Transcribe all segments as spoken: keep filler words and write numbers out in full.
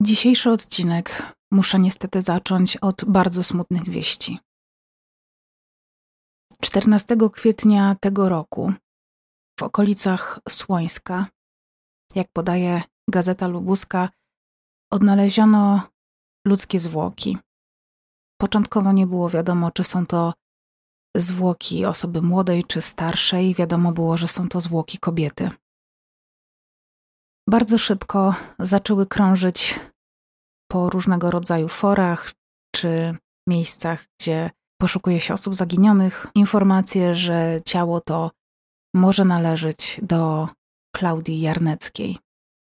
Dzisiejszy odcinek muszę niestety zacząć od bardzo smutnych wieści. czternastego kwietnia tego roku w okolicach Słońska, jak podaje Gazeta Lubuska, odnaleziono ludzkie zwłoki. Początkowo nie było wiadomo, czy są to zwłoki osoby młodej czy starszej. Wiadomo było, że są to zwłoki kobiety. Bardzo szybko zaczęły krążyć po różnego rodzaju forach czy miejscach, gdzie poszukuje się osób zaginionych, informacje, że ciało to może należeć do Klaudii Jarneckiej.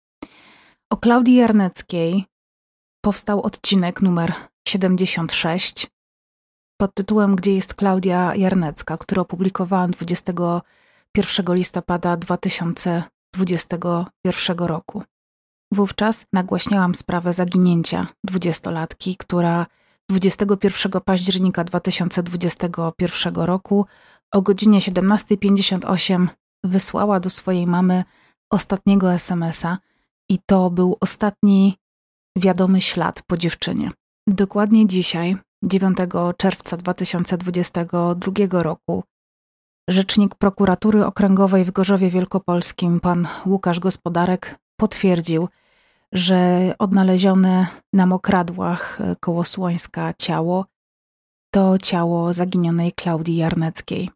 O Klaudii Jarneckiej powstał odcinek numer siedemdziesiąt sześć pod tytułem „Gdzie jest Klaudia Jarnecka?”, który opublikowałam dwudziestego pierwszego listopada dwa tysiące dwudziestego pierwszego roku. Wówczas nagłaśniałam sprawę zaginięcia dwudziestolatki, która dwudziestego pierwszego października dwa tysiące dwudziestego pierwszego roku o godzinie siedemnasta pięćdziesiąt osiem wysłała do swojej mamy ostatniego es em es a i to był ostatni wiadomy ślad po dziewczynie. Dokładnie dzisiaj, dziewiątego czerwca dwa tysiące dwudziestego drugiego roku, rzecznik prokuratury okręgowej w Gorzowie Wielkopolskim, pan Łukasz Gospodarek, potwierdził, że odnalezione na mokradłach koło Słońska ciało to ciało zaginionej Klaudii Jarneckiej.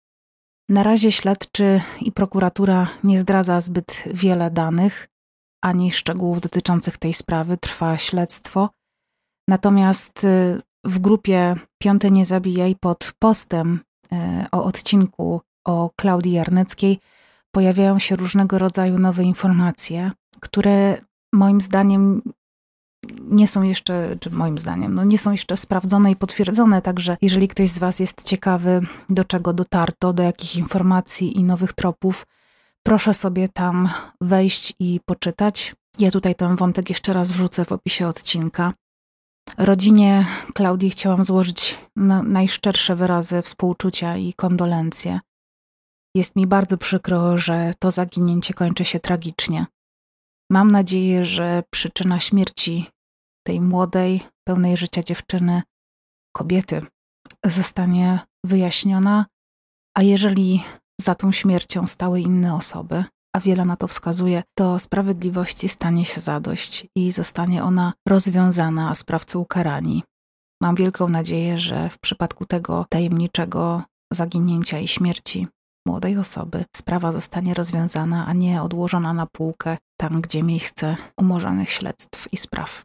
Na razie śledczy i prokuratura nie zdradza zbyt wiele danych ani szczegółów dotyczących tej sprawy. Trwa śledztwo. Natomiast w grupie Piąte Nie Zabijaj pod postem o odcinku o Klaudii Jarneckiej pojawiają się różnego rodzaju nowe informacje, które moim zdaniem nie są jeszcze, czy moim zdaniem, no nie są jeszcze sprawdzone i potwierdzone, także jeżeli ktoś z Was jest ciekawy, do czego dotarto, do jakich informacji i nowych tropów, proszę sobie tam wejść i poczytać. Ja tutaj ten wątek jeszcze raz wrzucę w opisie odcinka. Rodzinie Klaudii chciałam złożyć na najszczersze wyrazy współczucia i kondolencje. Jest mi bardzo przykro, że to zaginięcie kończy się tragicznie. Mam nadzieję, że przyczyna śmierci tej młodej, pełnej życia dziewczyny, kobiety, zostanie wyjaśniona, a jeżeli za tą śmiercią stały inne osoby, a wiele na to wskazuje, to sprawiedliwości stanie się zadość i zostanie ona rozwiązana, a sprawcy ukarani. Mam wielką nadzieję, że w przypadku tego tajemniczego zaginięcia i śmierci młodej osoby sprawa zostanie rozwiązana, a nie odłożona na półkę tam, gdzie miejsce umorzonych śledztw i spraw.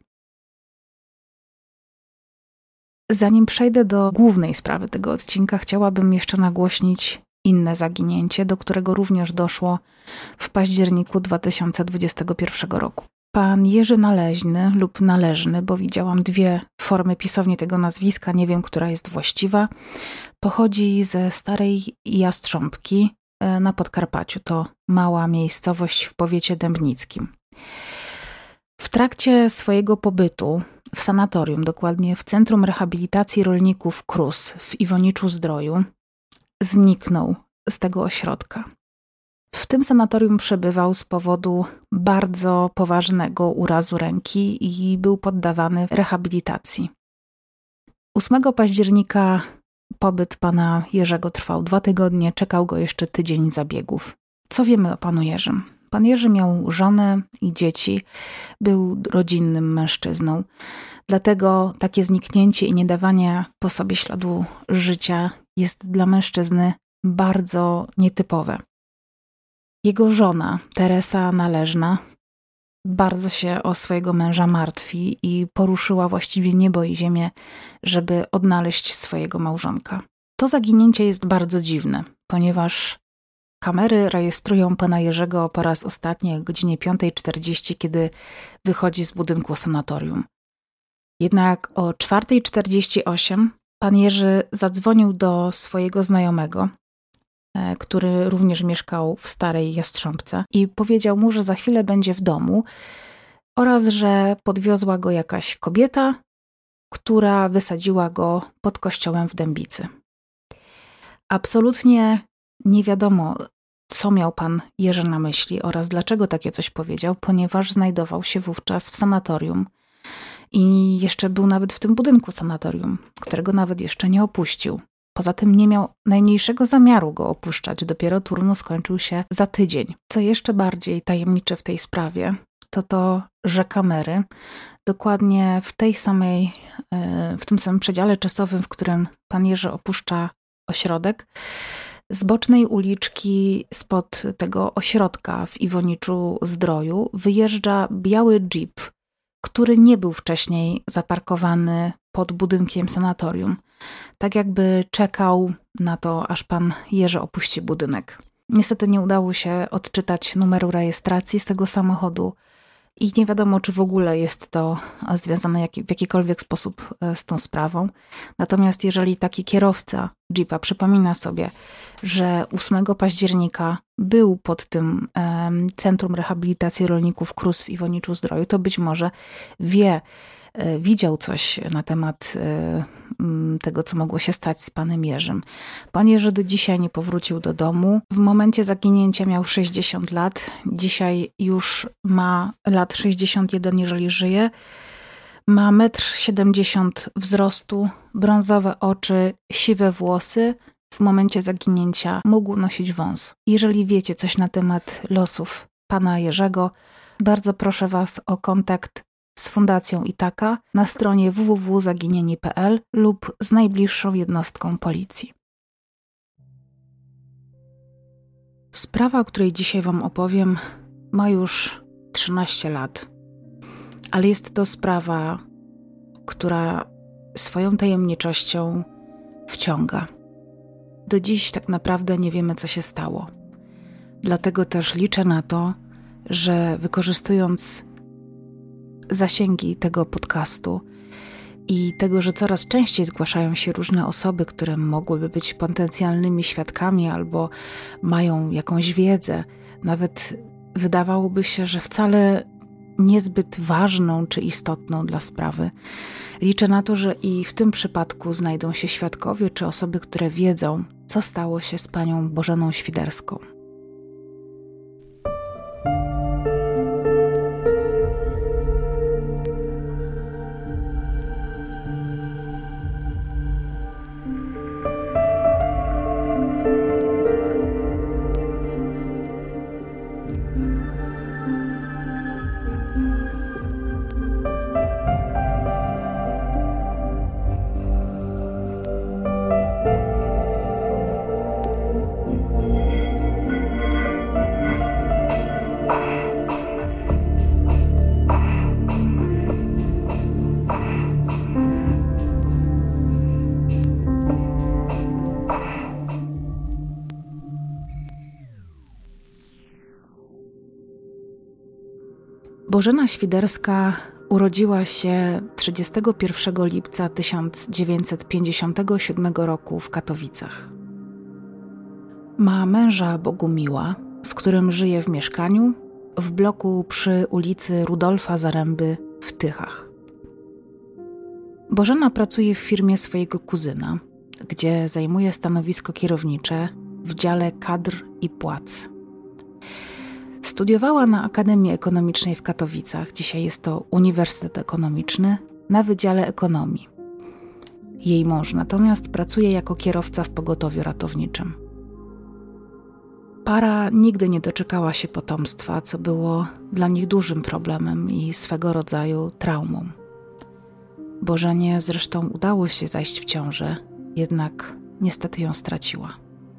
Zanim przejdę do głównej sprawy tego odcinka, chciałabym jeszcze nagłośnić inne zaginięcie, do którego również doszło w październiku dwa tysiące dwudziestego pierwszego roku. Pan Jerzy Naleźny lub Należny, bo widziałam dwie formy pisowni tego nazwiska, nie wiem, która jest właściwa, pochodzi ze Starej Jastrząbki na Podkarpaciu. To mała miejscowość w powiecie dębnickim. W trakcie swojego pobytu w sanatorium, dokładnie w Centrum Rehabilitacji Rolników Krus w Iwoniczu-Zdroju, zniknął z tego ośrodka. W tym sanatorium przebywał z powodu bardzo poważnego urazu ręki i był poddawany rehabilitacji. ósmego października pobyt pana Jerzego trwał dwa tygodnie, czekał go jeszcze tydzień zabiegów. Co wiemy o panu Jerzym? Pan Jerzy miał żonę i dzieci, był rodzinnym mężczyzną. Dlatego takie zniknięcie i niedawanie po sobie śladu życia jest dla mężczyzny bardzo nietypowe. Jego żona, Teresa Należna, bardzo się o swojego męża martwi i poruszyła właściwie niebo i ziemię, żeby odnaleźć swojego małżonka. To zaginięcie jest bardzo dziwne, ponieważ kamery rejestrują pana Jerzego po raz ostatni o godzinie piąta czterdzieści, kiedy wychodzi z budynku sanatorium. Jednak o czwarta czterdzieści osiem pan Jerzy zadzwonił do swojego znajomego, który również mieszkał w Starej Jastrząbce, i powiedział mu, że za chwilę będzie w domu oraz że podwiozła go jakaś kobieta, która wysadziła go pod kościołem w Dębicy. Absolutnie nie wiadomo, co miał pan Jerzy na myśli oraz dlaczego takie coś powiedział, ponieważ znajdował się wówczas w sanatorium I jeszcze był nawet w tym budynku sanatorium, którego nawet jeszcze nie opuścił. Poza tym nie miał najmniejszego zamiaru go opuszczać, dopiero turnus skończył się za tydzień. Co jeszcze bardziej tajemnicze w tej sprawie, to to, że kamery dokładnie w tej samej, w tym samym przedziale czasowym, w którym pan Jerzy opuszcza ośrodek, z bocznej uliczki spod tego ośrodka w Iwoniczu-Zdroju wyjeżdża biały jeep, który nie był wcześniej zaparkowany pod budynkiem sanatorium. Tak jakby czekał na to, aż pan Jerzy opuści budynek. Niestety nie udało się odczytać numeru rejestracji z tego samochodu i nie wiadomo, czy w ogóle jest to związane w jakikolwiek sposób z tą sprawą. Natomiast jeżeli taki kierowca jeepa przypomina sobie, że ósmego października był pod tym um, Centrum Rehabilitacji Rolników Krus w Iwoniczu-Zdroju, to być może wie, widział coś na temat tego, co mogło się stać z panem Jerzym. Pan Jerzy do dzisiaj nie powrócił do domu. W momencie zaginięcia miał sześćdziesiąt lat. Dzisiaj już ma lat sześćdziesiąt jeden, jeżeli żyje. Ma metr siedemdziesiąt wzrostu, brązowe oczy, siwe włosy. W momencie zaginięcia mógł nosić wąs. Jeżeli wiecie coś na temat losów pana Jerzego, bardzo proszę was o kontakt z Fundacją Itaka na stronie w w w kropka zaginieni kropka p l lub z najbliższą jednostką policji. Sprawa, o której dzisiaj wam opowiem, ma już trzynaście lat, ale jest to sprawa, która swoją tajemniczością wciąga. Do dziś tak naprawdę nie wiemy, co się stało. Dlatego też liczę na to, że wykorzystując zasięgi tego podcastu i tego, że coraz częściej zgłaszają się różne osoby, które mogłyby być potencjalnymi świadkami albo mają jakąś wiedzę, nawet wydawałoby się, że wcale niezbyt ważną czy istotną dla sprawy. Liczę na to, że i w tym przypadku znajdą się świadkowie czy osoby, które wiedzą, co stało się z panią Bożeną Świderską. Bożena Świderska urodziła się trzydziestego pierwszego lipca tysiąc dziewięćset pięćdziesiątego siódmego roku w Katowicach. Ma męża Bogumiła, z którym żyje w mieszkaniu w bloku przy ulicy Rudolfa Zaręby w Tychach. Bożena pracuje w firmie swojego kuzyna, gdzie zajmuje stanowisko kierownicze w dziale kadr i płac. Studiowała na Akademii Ekonomicznej w Katowicach, dzisiaj jest to Uniwersytet Ekonomiczny, na Wydziale Ekonomii. Jej mąż natomiast pracuje jako kierowca w pogotowiu ratowniczym. Para nigdy nie doczekała się potomstwa, co było dla nich dużym problemem i swego rodzaju traumą. Bożenie zresztą udało się zajść w ciążę, jednak niestety ją straciła.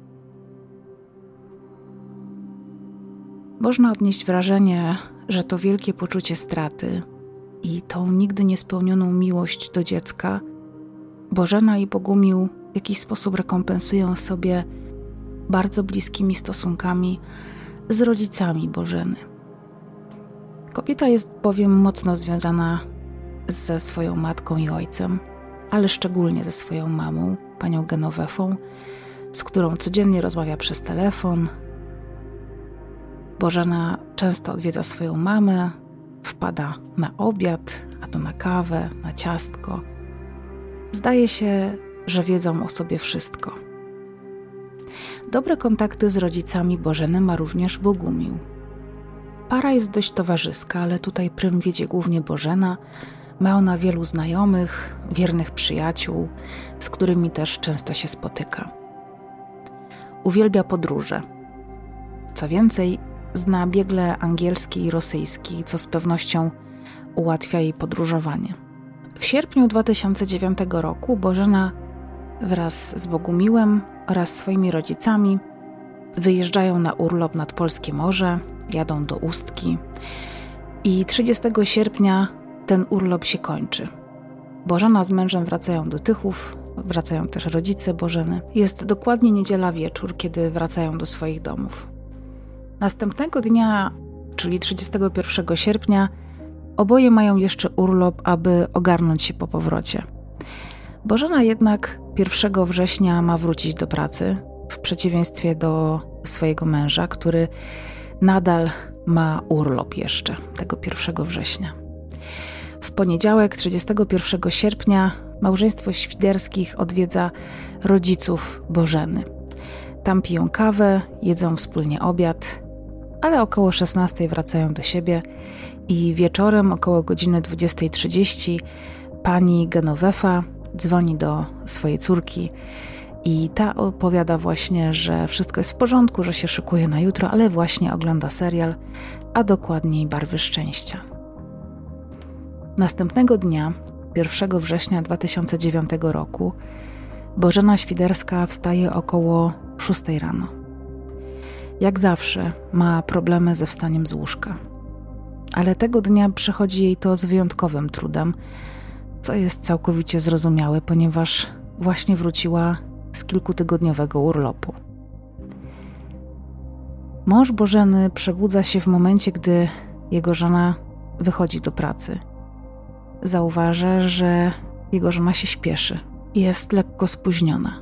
Można odnieść wrażenie, że to wielkie poczucie straty i tą nigdy niespełnioną miłość do dziecka Bożena i Bogumił w jakiś sposób rekompensują sobie bardzo bliskimi stosunkami z rodzicami Bożeny. Kobieta jest bowiem mocno związana ze swoją matką i ojcem, ale szczególnie ze swoją mamą, panią Genowefą, z którą codziennie rozmawia przez telefon. Bożena często odwiedza swoją mamę, wpada na obiad, a to na kawę, na ciastko. Zdaje się, że wiedzą o sobie wszystko. Dobre kontakty z rodzicami Bożeny ma również Bogumił. Para jest dość towarzyska, ale tutaj prym wiedzie głównie Bożena, Ma ona wielu znajomych, wiernych przyjaciół, z którymi też często się spotyka. Uwielbia podróże. Co więcej, zna biegle angielski i rosyjski, co z pewnością ułatwia jej podróżowanie. W sierpniu dwa tysiące dziewiątego roku Bożena wraz z Bogumiłem oraz swoimi rodzicami wyjeżdżają na urlop nad Polskie Morze, jadą do Ustki i trzydziestego sierpnia ten urlop się kończy. Bożena z mężem wracają do Tychów, wracają też rodzice Bożeny. Jest dokładnie niedziela wieczór, kiedy wracają do swoich domów. Następnego dnia, czyli trzydziestego pierwszego sierpnia, oboje mają jeszcze urlop, aby ogarnąć się po powrocie. Bożena jednak pierwszego września ma wrócić do pracy, w przeciwieństwie do swojego męża, który nadal ma urlop jeszcze tego pierwszego września. W poniedziałek, trzydziestego pierwszego sierpnia, małżeństwo Świderskich odwiedza rodziców Bożeny. Tam piją kawę, jedzą wspólnie obiad, ale około szesnastej wracają do siebie i wieczorem około godziny dwudziestej trzydzieści pani Genovefa dzwoni do swojej córki i ta opowiada właśnie, że wszystko jest w porządku, że się szykuje na jutro, ale właśnie ogląda serial, a dokładniej Barwy Szczęścia. Następnego dnia, pierwszego września dwa tysiące dziewiątego roku, Bożena Świderska wstaje około szóstej rano. Jak zawsze ma problemy ze wstaniem z łóżka. Ale tego dnia przychodzi jej to z wyjątkowym trudem, co jest całkowicie zrozumiałe, ponieważ właśnie wróciła z kilkutygodniowego urlopu. Mąż Bożeny przebudza się w momencie, gdy jego żona wychodzi do pracy. Zauważa, że jego żona się śpieszy. Jest lekko spóźniona.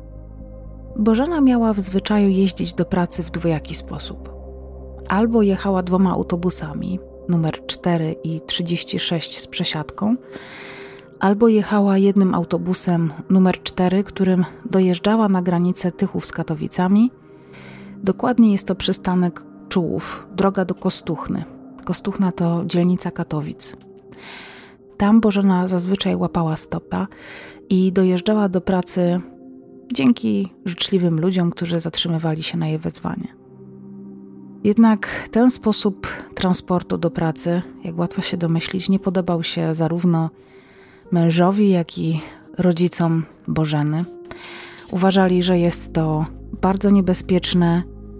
Bożena miała w zwyczaju jeździć do pracy w dwojaki sposób. Albo jechała dwoma autobusami, numer cztery i trzydzieści sześć z przesiadką, albo jechała jednym autobusem numer cztery, którym dojeżdżała na granicę Tychów z Katowicami. Dokładnie jest to przystanek Czułów, droga do Kostuchny. Kostuchna to dzielnica Katowic. Tam Bożena zazwyczaj łapała stopa i dojeżdżała do pracy dzięki życzliwym ludziom, którzy zatrzymywali się na jej wezwanie. Jednak ten sposób transportu do pracy, jak łatwo się domyślić, nie podobał się zarówno mężowi, jak i rodzicom Bożeny. Uważali, że jest to bardzo niebezpieczne,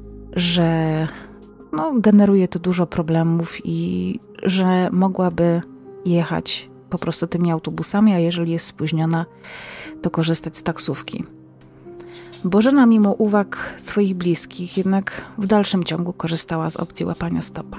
że no, generuje to dużo problemów i że mogłaby jechać po prostu tymi autobusami, a jeżeli jest spóźniona, to korzystać z taksówki. Bożena mimo uwag swoich bliskich jednak w dalszym ciągu korzystała z opcji łapania stopa.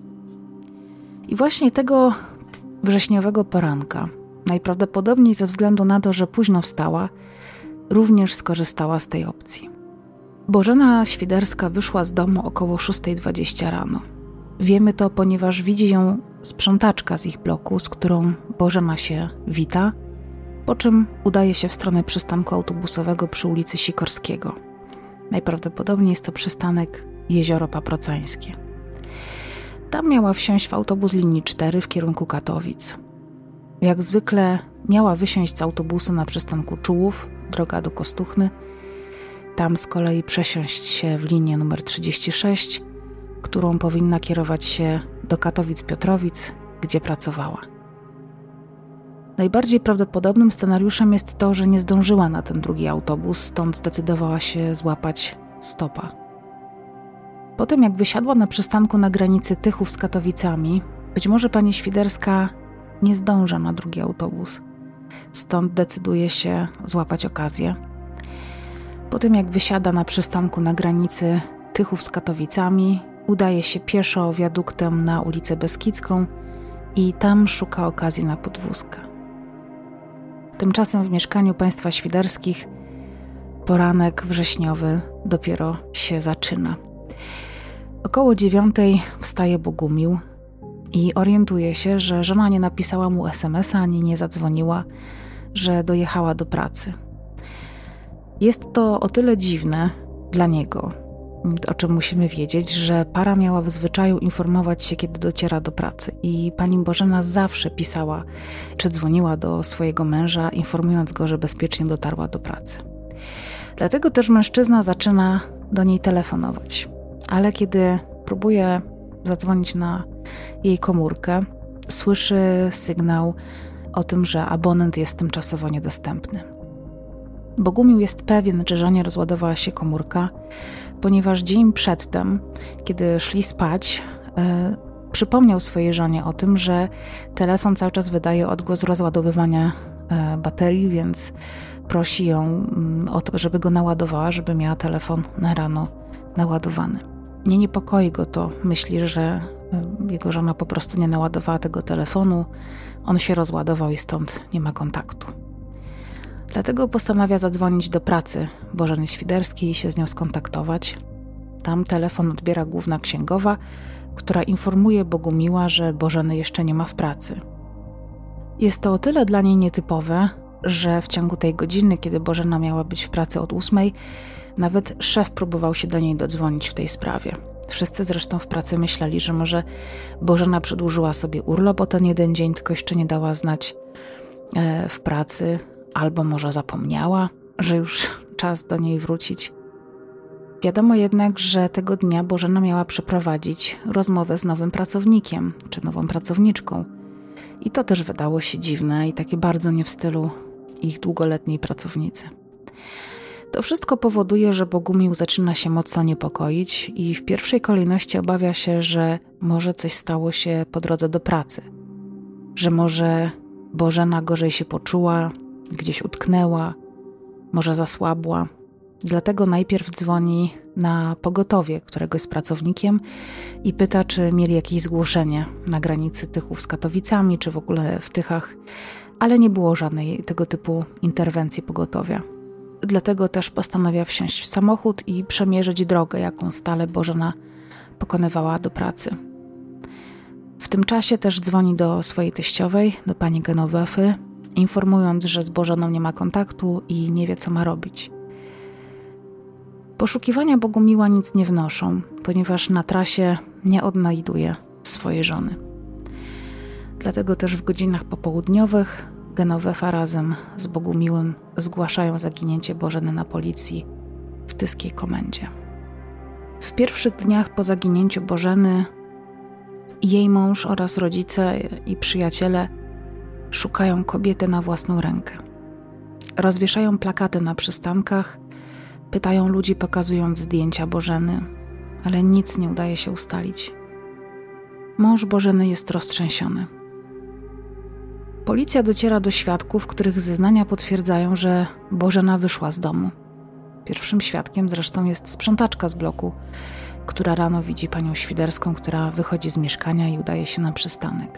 I właśnie tego wrześniowego poranka, najprawdopodobniej ze względu na to, że późno wstała, również skorzystała z tej opcji. Bożena Świderska wyszła z domu około szóstej dwadzieścia rano. Wiemy to, ponieważ widzi ją sprzątaczka z ich bloku, z którą Bożena się wita, po czym udaje się w stronę przystanku autobusowego przy ulicy Sikorskiego. Najprawdopodobniej jest to przystanek Jezioro Paprocańskie. Tam miała wsiąść w autobus linii cztery w kierunku Katowic. Jak zwykle miała wysiąść z autobusu na przystanku Czułów, droga do Kostuchny, tam z kolei przesiąść się w linię numer trzydzieści sześć, którą powinna kierować się do Katowic-Piotrowic, gdzie pracowała. Najbardziej prawdopodobnym scenariuszem jest to, że nie zdążyła na ten drugi autobus, stąd zdecydowała się złapać stopa. Potem jak wysiadła na przystanku na granicy Tychów z Katowicami, być może pani Świderska nie zdąża na drugi autobus, stąd decyduje się złapać okazję. Potem jak wysiada na przystanku na granicy Tychów z Katowicami, udaje się pieszo wiaduktem na ulicę Beskidzką i tam szuka okazji na podwózkę. Tymczasem w mieszkaniu państwa Świderskich poranek wrześniowy dopiero się zaczyna. Około dziewiątej wstaje Bogumił i orientuje się, że żona nie napisała mu es em es a ani nie zadzwoniła, że dojechała do pracy. Jest to o tyle dziwne dla niego, o czym musimy wiedzieć, że para miała w zwyczaju informować się, kiedy dociera do pracy. I pani Bożena zawsze pisała, czy dzwoniła do swojego męża, informując go, że bezpiecznie dotarła do pracy. Dlatego też mężczyzna zaczyna do niej telefonować. Ale kiedy próbuje zadzwonić na jej komórkę, słyszy sygnał o tym, że abonent jest tymczasowo niedostępny. Bogumił jest pewien, że żonie rozładowała się komórka, ponieważ dzień przedtem, kiedy szli spać, yy, przypomniał swojej żonie o tym, że telefon cały czas wydaje odgłos rozładowywania yy, baterii, więc prosi ją yy, o to, żeby go naładowała, żeby miała telefon na rano naładowany. Nie niepokoi go to, myśli, że yy, jego żona po prostu nie naładowała tego telefonu, on się rozładował i stąd nie ma kontaktu. Dlatego postanawia zadzwonić do pracy Bożeny Świderskiej i się z nią skontaktować. Tam telefon odbiera główna księgowa, która informuje Bogumiła, że Bożeny jeszcze nie ma w pracy. Jest to o tyle dla niej nietypowe, że w ciągu tej godziny, kiedy Bożena miała być w pracy od ósmej, nawet szef próbował się do niej dodzwonić w tej sprawie. Wszyscy zresztą w pracy myśleli, że może Bożena przedłużyła sobie urlop o ten jeden dzień, tylko jeszcze nie dała znać e, w pracy, albo może zapomniała, że już czas do niej wrócić. Wiadomo jednak, że tego dnia Bożena miała przeprowadzić rozmowę z nowym pracownikiem, czy nową pracowniczką. I to też wydało się dziwne i takie bardzo nie w stylu ich długoletniej pracownicy. To wszystko powoduje, że Bogumił zaczyna się mocno niepokoić i w pierwszej kolejności obawia się, że może coś stało się po drodze do pracy. Że może Bożena gorzej się poczuła, gdzieś utknęła, może zasłabła. Dlatego najpierw dzwoni na pogotowie któregoś z pracownikiem i pyta, czy mieli jakieś zgłoszenie na granicy Tychów z Katowicami, czy w ogóle w Tychach, ale nie było żadnej tego typu interwencji pogotowia. Dlatego też postanawia wsiąść w samochód i przemierzyć drogę, jaką stale Bożena pokonywała do pracy. W tym czasie też dzwoni do swojej teściowej, do pani Genowefy, informując, że z Bożeną nie ma kontaktu i nie wie, co ma robić. Poszukiwania Bogumiła nic nie wnoszą, ponieważ na trasie nie odnajduje swojej żony. Dlatego też w godzinach popołudniowych Genowefa razem z Bogumiłem zgłaszają zaginięcie Bożeny na policji w tyskiej komendzie. W pierwszych dniach po zaginięciu Bożeny jej mąż oraz rodzice i przyjaciele szukają kobiety na własną rękę. Rozwieszają plakaty na przystankach, pytają ludzi, pokazując zdjęcia Bożeny, ale nic nie udaje się ustalić. Mąż Bożeny jest roztrzęsiony. Policja dociera do świadków, których zeznania potwierdzają, że Bożena wyszła z domu. Pierwszym świadkiem zresztą jest sprzątaczka z bloku, która rano widzi panią Świderską, która wychodzi z mieszkania i udaje się na przystanek.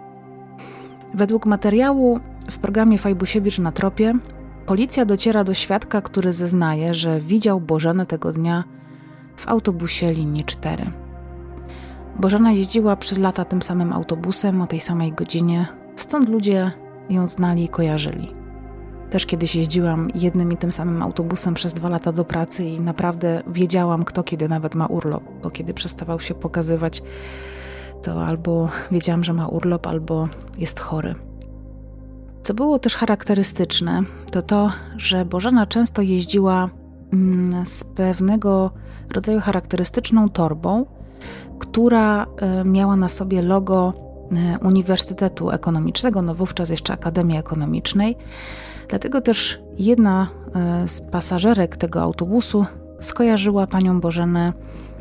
Według materiału w programie Fajbusiewicz na tropie policja dociera do świadka, który zeznaje, że widział Bożenę tego dnia w autobusie linii cztery. Bożena jeździła przez lata tym samym autobusem o tej samej godzinie, stąd ludzie ją znali i kojarzyli. Też kiedyś jeździłam jednym i tym samym autobusem przez dwa lata do pracy i naprawdę wiedziałam, kto kiedy nawet ma urlop, bo kiedy przestawał się pokazywać, to albo wiedziałam, że ma urlop, albo jest chory. Co było też charakterystyczne, to to, że Bożena często jeździła z pewnego rodzaju charakterystyczną torbą, która miała na sobie logo Uniwersytetu Ekonomicznego, no wówczas jeszcze Akademii Ekonomicznej. Dlatego też jedna z pasażerek tego autobusu skojarzyła panią Bożenę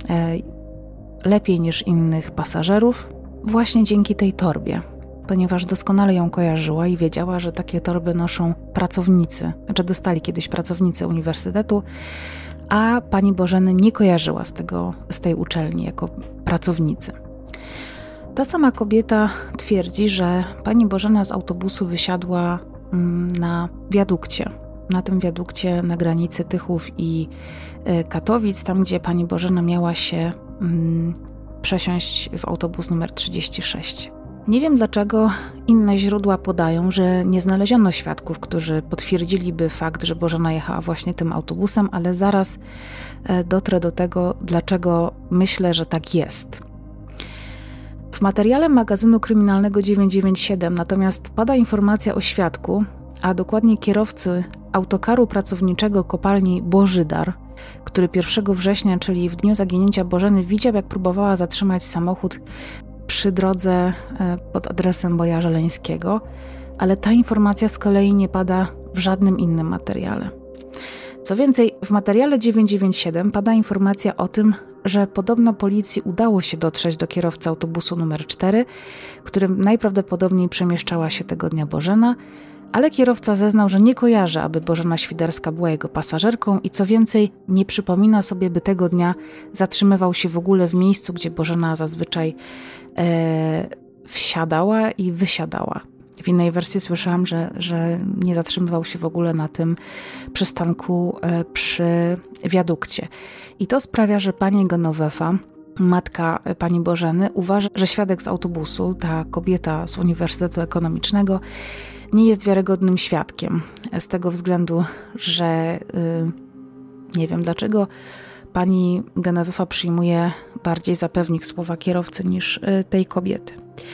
lepiej niż innych pasażerów właśnie dzięki tej torbie, ponieważ doskonale ją kojarzyła i wiedziała, że takie torby noszą pracownicy, znaczy dostali kiedyś pracownicy uniwersytetu, a pani Bożeny nie kojarzyła z, tego, z tej uczelni jako pracownicy. Ta sama kobieta twierdzi, że pani Bożena z autobusu wysiadła na wiadukcie. Na tym wiadukcie na granicy Tychów i Katowic, tam gdzie pani Bożena miała się mm, przesiąść w autobus numer trzydzieści sześć. Nie wiem dlaczego inne źródła podają, że nie znaleziono świadków, którzy potwierdziliby fakt, że Bożena jechała właśnie tym autobusem, ale zaraz dotrę do tego, dlaczego myślę, że tak jest. W materiale magazynu kryminalnego dziewięćset dziewięćdziesiąt siedem natomiast pada informacja o świadku, a dokładnie kierowcy autokaru pracowniczego kopalni Bożydar, który pierwszego września, czyli w dniu zaginięcia Bożeny, widział, jak próbowała zatrzymać samochód przy drodze pod adresem Boja Żeleńskiego, ale ta informacja z kolei nie pada w żadnym innym materiale. Co więcej, w materiale dziewięćset dziewięćdziesiąt siedem pada informacja o tym, że podobno policji udało się dotrzeć do kierowcy autobusu numer cztery, którym najprawdopodobniej przemieszczała się tego dnia Bożena, ale kierowca zeznał, że nie kojarzy, aby Bożena Świderska była jego pasażerką i co więcej, nie przypomina sobie, by tego dnia zatrzymywał się w ogóle w miejscu, gdzie Bożena zazwyczaj e, wsiadała i wysiadała. W innej wersji słyszałam, że, że nie zatrzymywał się w ogóle na tym przystanku e, przy wiadukcie. I to sprawia, że pani Genovefa, matka pani Bożeny, uważa, że świadek z autobusu, ta kobieta z Uniwersytetu Ekonomicznego, nie jest wiarygodnym świadkiem. Z tego względu, że yy, nie wiem dlaczego pani Genovefa przyjmuje bardziej za pewnik słowa kierowcy niż yy, tej kobiety.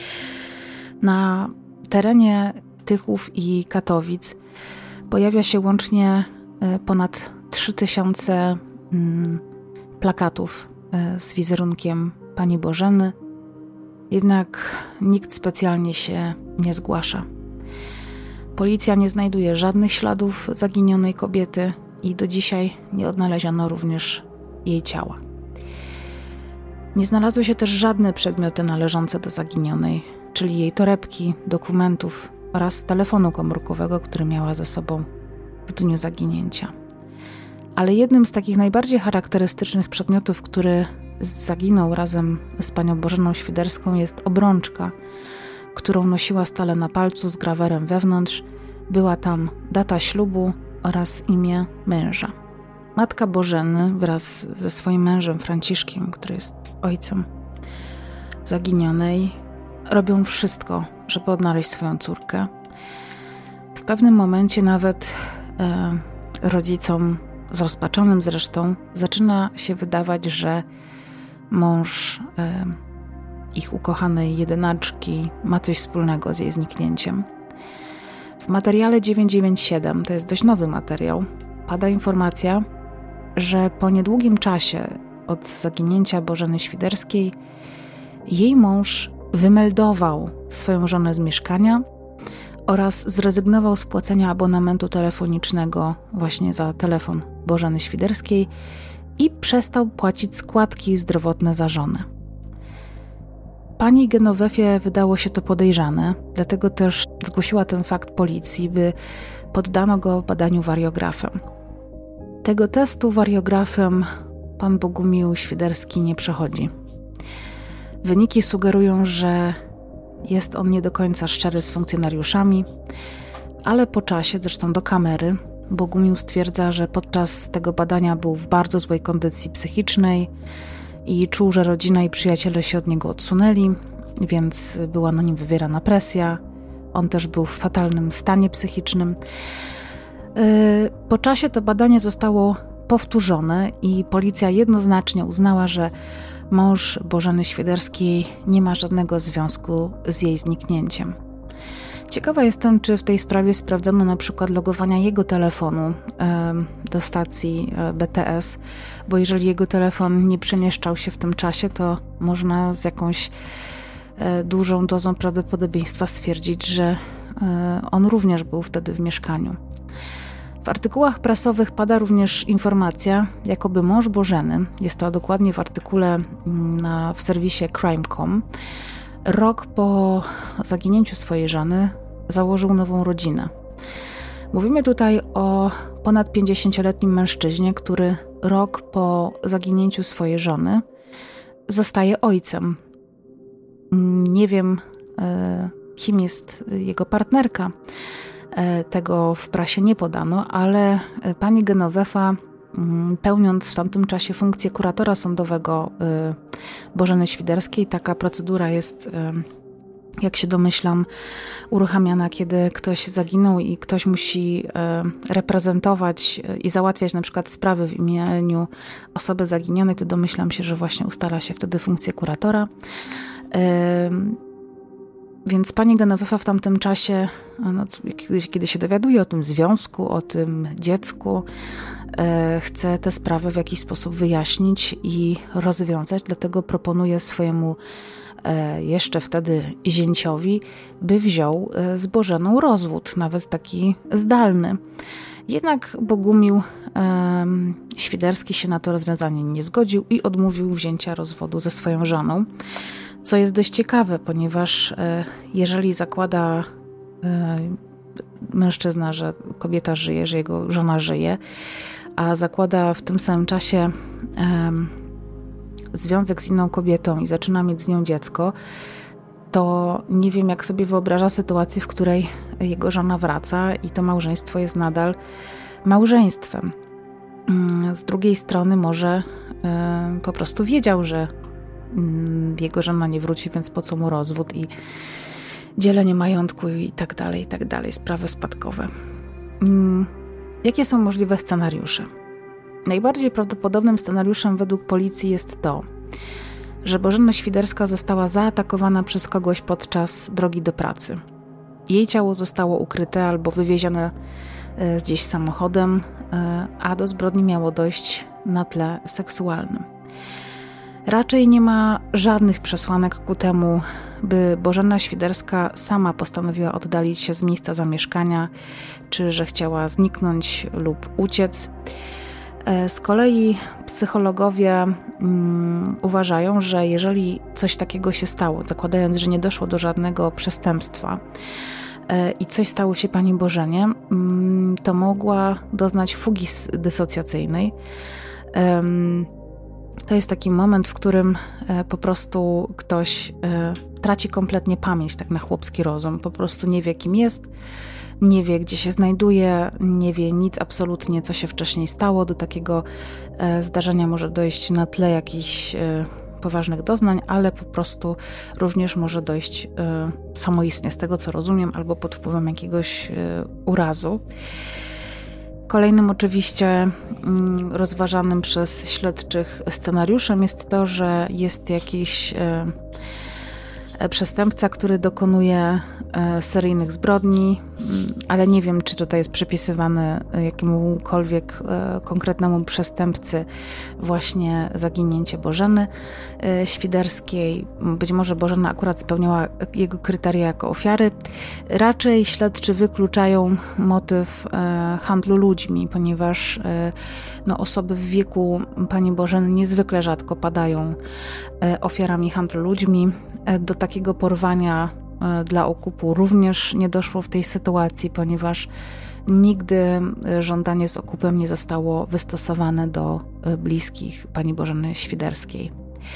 Na terenie Tychów i Katowic pojawia się łącznie yy, ponad trzy tysiące yy, plakatów yy, z wizerunkiem pani Bożeny, jednak nikt specjalnie się nie zgłasza. Policja nie znajduje żadnych śladów zaginionej kobiety i do dzisiaj nie odnaleziono również jej ciała. Nie znalazły się też żadne przedmioty należące do zaginionej, czyli jej torebki, dokumentów oraz telefonu komórkowego, który miała ze sobą w dniu zaginięcia. Ale jednym z takich najbardziej charakterystycznych przedmiotów, który zaginął razem z panią Bożeną Świderską, jest obrączka, którą nosiła stale na palcu z grawerem wewnątrz. Była tam data ślubu oraz imię męża. Matka Bożeny wraz ze swoim mężem Franciszkiem, który jest ojcem zaginionej, robią wszystko, żeby odnaleźć swoją córkę. W pewnym momencie nawet e, rodzicom, zrozpaczonym zresztą, zaczyna się wydawać, że mąż e, ich ukochanej jedynaczki ma coś wspólnego z jej zniknięciem. W materiale dziewięćset dziewięćdziesiąt siedem, to jest dość nowy materiał, pada informacja, że po niedługim czasie od zaginięcia Bożeny Świderskiej jej mąż wymeldował swoją żonę z mieszkania oraz zrezygnował z płacenia abonamentu telefonicznego właśnie za telefon Bożeny Świderskiej i przestał płacić składki zdrowotne za żonę. Pani Genovefie wydało się to podejrzane, dlatego też zgłosiła ten fakt policji, by poddano go badaniu wariografem. Tego testu wariografem pan Bogumił Świderski nie przechodzi. Wyniki sugerują, że jest on nie do końca szczery z funkcjonariuszami, ale po czasie, zresztą do kamery, Bogumił stwierdza, że podczas tego badania był w bardzo złej kondycji psychicznej i czuł, że rodzina i przyjaciele się od niego odsunęli, więc była na nim wywierana presja. On też był w fatalnym stanie psychicznym. Po czasie to badanie zostało powtórzone i policja jednoznacznie uznała, że mąż Bożeny Świderskiej nie ma żadnego związku z jej zniknięciem. Ciekawa jestem, czy w tej sprawie sprawdzono na przykład logowania jego telefonu do stacji B T S, bo jeżeli jego telefon nie przemieszczał się w tym czasie, to można z jakąś dużą dozą prawdopodobieństwa stwierdzić, że on również był wtedy w mieszkaniu. W artykułach prasowych pada również informacja, jakoby mąż Bożeny, jest to dokładnie w artykule na, w serwisie crime kropka com, rok po zaginięciu swojej żony założył nową rodzinę. Mówimy tutaj o ponad pięćdziesięcioletnim mężczyźnie, który rok po zaginięciu swojej żony zostaje ojcem. Nie wiem, kim jest jego partnerka. Tego w prasie nie podano, ale pani Genovefa, pełniąc w tamtym czasie funkcję kuratora sądowego Bożeny Świderskiej, taka procedura jest jak się domyślam, uruchamiana, kiedy ktoś zaginął i ktoś musi reprezentować i załatwiać na przykład sprawy w imieniu osoby zaginionej, to domyślam się, że właśnie ustala się wtedy funkcję kuratora. Więc pani Genevieve w tamtym czasie, no, kiedy, kiedy się dowiaduje o tym związku, o tym dziecku, chce te sprawy w jakiś sposób wyjaśnić i rozwiązać, dlatego proponuje swojemu jeszcze wtedy zięciowi, by wziął z Bożeną rozwód, nawet taki zdalny. Jednak Bogumił e, Świderski się na to rozwiązanie nie zgodził i odmówił wzięcia rozwodu ze swoją żoną, co jest dość ciekawe, ponieważ e, jeżeli zakłada e, mężczyzna, że kobieta żyje, że jego żona żyje, a zakłada w tym samym czasie e, związek z inną kobietą i zaczyna mieć z nią dziecko, to nie wiem, jak sobie wyobraża sytuację, w której jego żona wraca i to małżeństwo jest nadal małżeństwem. Z drugiej strony może y, po prostu wiedział, że y, jego żona nie wróci, więc po co mu rozwód i dzielenie majątku i tak dalej, i tak dalej, sprawy spadkowe. Y, jakie są możliwe scenariusze? Najbardziej prawdopodobnym scenariuszem według policji jest to, że Bożena Świderska została zaatakowana przez kogoś podczas drogi do pracy. Jej ciało zostało ukryte albo wywiezione gdzieś samochodem, a do zbrodni miało dojść na tle seksualnym. Raczej nie ma żadnych przesłanek ku temu, by Bożena Świderska sama postanowiła oddalić się z miejsca zamieszkania, czy że chciała zniknąć lub uciec. Z kolei psychologowie um, uważają, że jeżeli coś takiego się stało, zakładając, że nie doszło do żadnego przestępstwa e, i coś stało się pani Bożenie, um, to mogła doznać fugi dysocjacyjnej. Um, to jest taki moment, w którym e, po prostu ktoś e, traci kompletnie pamięć, tak na chłopski rozum, po prostu nie wie, kim jest, nie wie, gdzie się znajduje, nie wie nic absolutnie, co się wcześniej stało. Do takiego e, zdarzenia może dojść na tle jakichś e, poważnych doznań, ale po prostu również może dojść e, samoistnie, z tego co rozumiem, albo pod wpływem jakiegoś e, urazu. Kolejnym oczywiście mm, rozważanym przez śledczych scenariuszem jest to, że jest jakiś e, przestępca, który dokonuje seryjnych zbrodni, ale nie wiem, czy tutaj jest przypisywane jakiemukolwiek konkretnemu przestępcy właśnie zaginięcie Bożeny Świderskiej. Być może Bożena akurat spełniała jego kryteria jako ofiary. Raczej śledczy wykluczają motyw handlu ludźmi, ponieważ no, osoby w wieku pani Bożeny niezwykle rzadko padają ofiarami handlu ludźmi. Do takiego porwania dla okupu również nie doszło w tej sytuacji, ponieważ nigdy żądanie z okupem nie zostało wystosowane do bliskich pani Bożeny Świderskiej.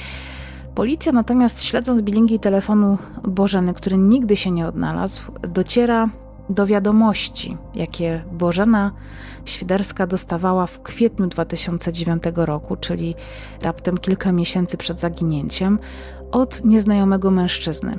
Policja natomiast, śledząc bilingi telefonu Bożeny, który nigdy się nie odnalazł, dociera do wiadomości, jakie Bożena Świderska dostawała w kwietniu dwa tysiące dziewiątego roku, czyli raptem kilka miesięcy przed zaginięciem, od nieznajomego mężczyzny.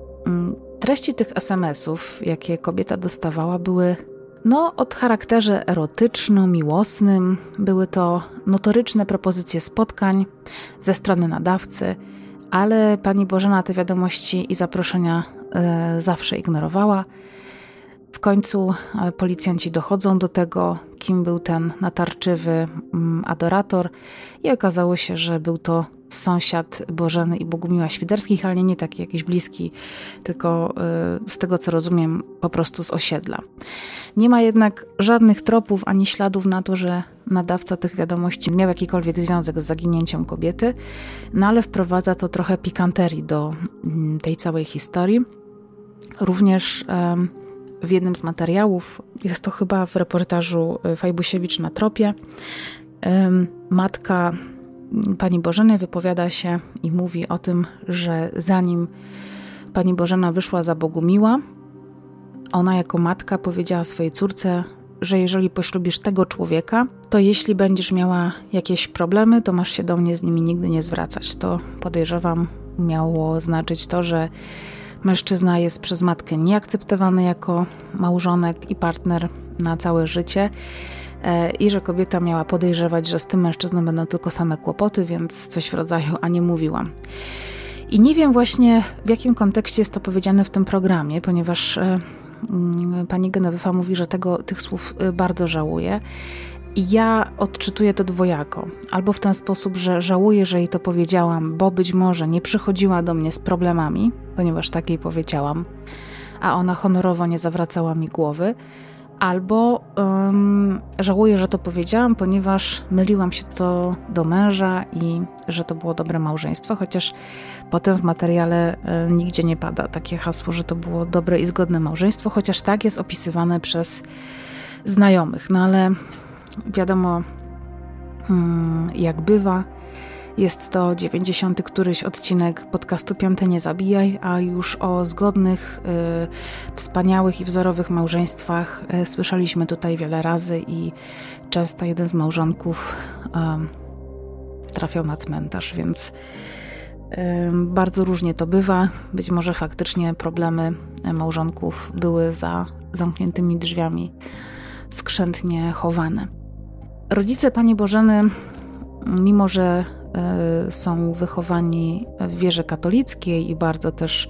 Treści tych es em esów, jakie kobieta dostawała, były no, o charakterze erotyczno-miłosnym. Były to notoryczne propozycje spotkań ze strony nadawcy, ale pani Bożena te wiadomości i zaproszenia e, zawsze ignorowała. W końcu policjanci dochodzą do tego, kim był ten natarczywy adorator i okazało się, że był to sąsiad Bożeny i Bogumiła Świderskich, ale nie taki jakiś bliski, tylko z tego co rozumiem po prostu z osiedla. Nie ma jednak żadnych tropów ani śladów na to, że nadawca tych wiadomości miał jakikolwiek związek z zaginięciem kobiety, no ale wprowadza to trochę pikanterii do tej całej historii. Również w jednym z materiałów, jest to chyba w reportażu Fajbusiewicz na tropie, matka pani Bożeny wypowiada się i mówi o tym, że zanim pani Bożena wyszła za Bogumiła, ona jako matka powiedziała swojej córce, że jeżeli poślubisz tego człowieka, to jeśli będziesz miała jakieś problemy, to masz się do mnie z nimi nigdy nie zwracać. To podejrzewam miało znaczyć to, że mężczyzna jest przez matkę nieakceptowany jako małżonek i partner na całe życie i że kobieta miała podejrzewać, że z tym mężczyzną będą tylko same kłopoty, więc coś w rodzaju, a nie mówiłam. I nie wiem właśnie, w jakim kontekście jest to powiedziane w tym programie, ponieważ pani Genevieve mówi, że tego, tych słów bardzo żałuje. I ja odczytuję to dwojako. Albo w ten sposób, że żałuję, że jej to powiedziałam, bo być może nie przychodziła do mnie z problemami, ponieważ tak jej powiedziałam, a ona honorowo nie zawracała mi głowy. Albo um, żałuję, że to powiedziałam, ponieważ myliłam się to do męża i że to było dobre małżeństwo, chociaż potem w materiale e, nigdzie nie pada takie hasło, że to było dobre i zgodne małżeństwo, chociaż tak jest opisywane przez znajomych. No ale wiadomo, hmm, jak bywa. Jest to dziewięćdziesiąty któryś odcinek podcastu Piąte Nie Zabijaj, a już o zgodnych, y, wspaniałych i wzorowych małżeństwach y, słyszeliśmy tutaj wiele razy i często jeden z małżonków y, trafiał na cmentarz, więc y, bardzo różnie to bywa. Być może faktycznie problemy małżonków były za zamkniętymi drzwiami skrzętnie chowane. Rodzice pani Bożeny, mimo że są wychowani w wierze katolickiej i bardzo też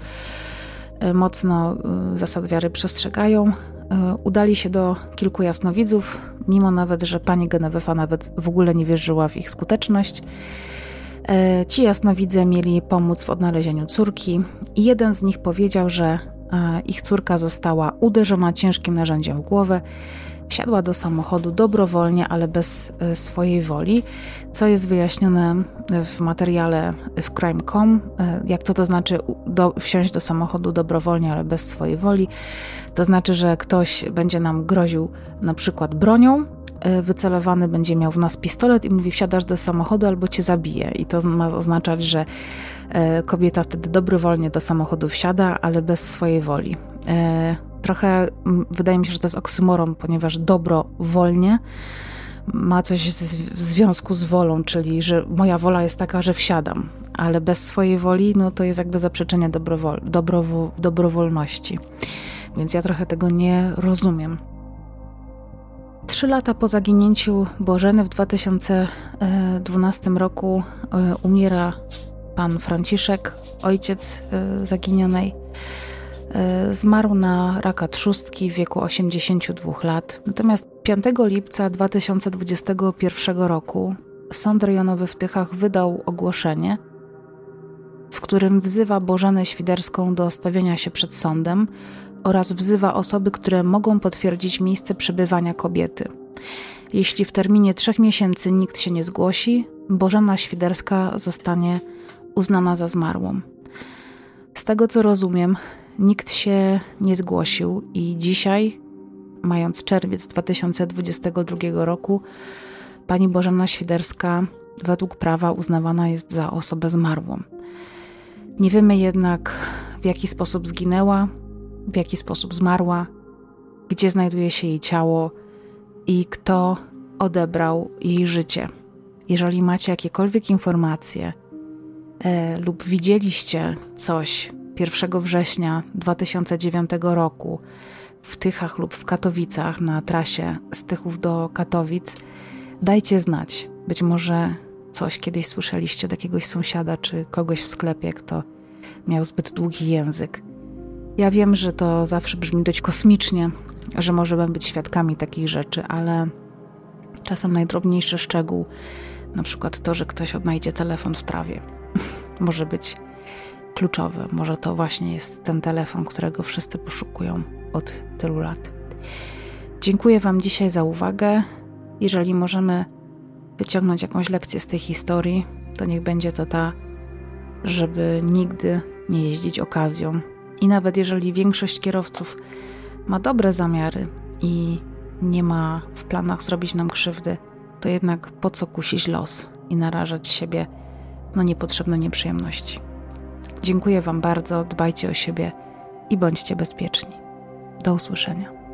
mocno zasad wiary przestrzegają, udali się do kilku jasnowidzów, mimo nawet, że pani Genevieve nawet w ogóle nie wierzyła w ich skuteczność. Ci jasnowidze mieli pomóc w odnalezieniu córki i jeden z nich powiedział, że ich córka została uderzona ciężkim narzędziem w głowę. Wsiadła do samochodu dobrowolnie, ale bez swojej woli, co jest wyjaśnione w materiale w crime kropka com. Jak to to znaczy do, wsiąść do samochodu dobrowolnie, ale bez swojej woli? To znaczy, że ktoś będzie nam groził na przykład bronią, wycelowany będzie miał w nas pistolet i mówi: wsiadasz do samochodu albo cię zabije. I to ma oznaczać, że kobieta wtedy dobrowolnie do samochodu wsiada, ale bez swojej woli. Trochę wydaje mi się, że to jest oksymoron, ponieważ dobrowolnie ma coś w związku z wolą, czyli że moja wola jest taka, że wsiadam, ale bez swojej woli no to jest jakby zaprzeczenie dobrowol, dobrowo, dobrowolności. Więc ja trochę tego nie rozumiem. Trzy lata po zaginięciu Bożeny w dwa tysiące dwunastym roku umiera pan Franciszek, ojciec zaginionej. Zmarł na raka trzustki w wieku osiemdziesięciu dwóch lat. Natomiast piątego lipca dwa tysiące dwudziestego pierwszego roku Sąd Rejonowy w Tychach wydał ogłoszenie, w którym wzywa Bożenę Świderską do stawienia się przed sądem oraz wzywa osoby, które mogą potwierdzić miejsce przebywania kobiety. Jeśli w terminie trzech miesięcy nikt się nie zgłosi, Bożena Świderska zostanie uznana za zmarłą. Z tego co rozumiem, nikt się nie zgłosił i dzisiaj, mając czerwiec dwa tysiące dwudziestego drugiego roku, pani Bożena Świderska według prawa uznawana jest za osobę zmarłą. Nie wiemy jednak, w jaki sposób zginęła, w jaki sposób zmarła, gdzie znajduje się jej ciało i kto odebrał jej życie. Jeżeli macie jakiekolwiek informacje e, lub widzieliście coś pierwszego września dwa tysiące dziewiątego roku w Tychach lub w Katowicach na trasie z Tychów do Katowic, dajcie znać. Być może coś kiedyś słyszeliście od jakiegoś sąsiada czy kogoś w sklepie, kto miał zbyt długi język. Ja wiem, że to zawsze brzmi dość kosmicznie, że możemy być świadkami takich rzeczy, ale czasem najdrobniejszy szczegół, na przykład to, że ktoś odnajdzie telefon w trawie, może być kluczowy. Może to właśnie jest ten telefon, którego wszyscy poszukują od tylu lat. Dziękuję Wam dzisiaj za uwagę. Jeżeli możemy wyciągnąć jakąś lekcję z tej historii, to niech będzie to ta, żeby nigdy nie jeździć okazją. I nawet jeżeli większość kierowców ma dobre zamiary i nie ma w planach zrobić nam krzywdy, to jednak po co kusić los i narażać siebie na niepotrzebne nieprzyjemności. Dziękuję Wam bardzo, dbajcie o siebie i bądźcie bezpieczni. Do usłyszenia.